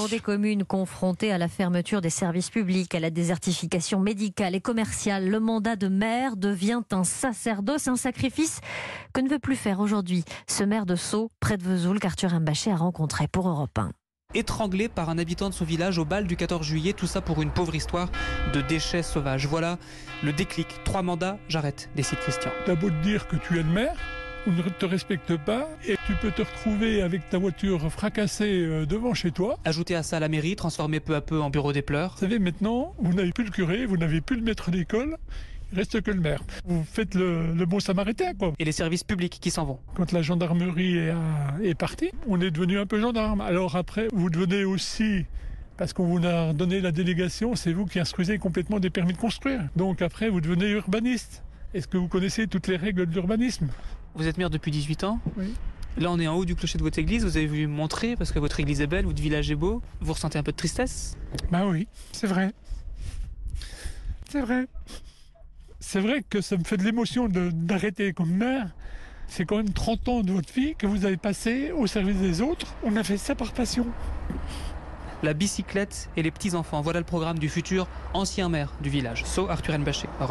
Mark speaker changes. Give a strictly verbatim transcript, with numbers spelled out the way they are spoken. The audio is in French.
Speaker 1: Pour des communes confrontées à la fermeture des services publics, à la désertification médicale et commerciale, le mandat de maire devient un sacerdoce, un sacrifice que ne veut plus faire aujourd'hui ce maire de Sceaux, près de Vesoul, qu'Arthur Mbachet a rencontré pour Europe un.
Speaker 2: Étranglé par un habitant de son village au bal du quatorze juillet, tout ça pour une pauvre histoire de déchets sauvages. Voilà le déclic. Trois mandats, j'arrête, décide Christian.
Speaker 3: T'as beau te dire que tu es le maire, on ne te respecte pas et tu peux te retrouver avec ta voiture fracassée devant chez toi.
Speaker 2: Ajouter à ça la mairie, transformée peu à peu en bureau des pleurs.
Speaker 3: Vous savez, maintenant, vous n'avez plus le curé, vous n'avez plus le maître d'école. Il reste que le maire. Vous faites le, le bon samaritain, quoi.
Speaker 2: Et les services publics qui s'en vont.
Speaker 3: Quand la gendarmerie est, est partie, on est devenu un peu gendarme. Alors après, vous devenez aussi, parce qu'on vous a donné la délégation, c'est vous qui instruisez complètement des permis de construire. Donc après, vous devenez urbaniste. Est-ce que vous connaissez toutes les règles de l'urbanisme ?
Speaker 2: Vous êtes maire depuis dix-huit ans ?
Speaker 3: Oui.
Speaker 2: Là, on est en haut du clocher de votre église. Vous avez voulu me montrer parce que votre église est belle, votre village est beau. Vous ressentez un peu de tristesse ?
Speaker 3: Bah oui, c'est vrai. C'est vrai. C'est vrai que ça me fait de l'émotion de, d'arrêter comme maire. C'est quand même trente ans de votre vie que vous avez passé au service des autres. On a fait ça par passion.
Speaker 2: La bicyclette et les petits-enfants. Voilà le programme du futur ancien maire du village, Sceaux Arthur Mbachet.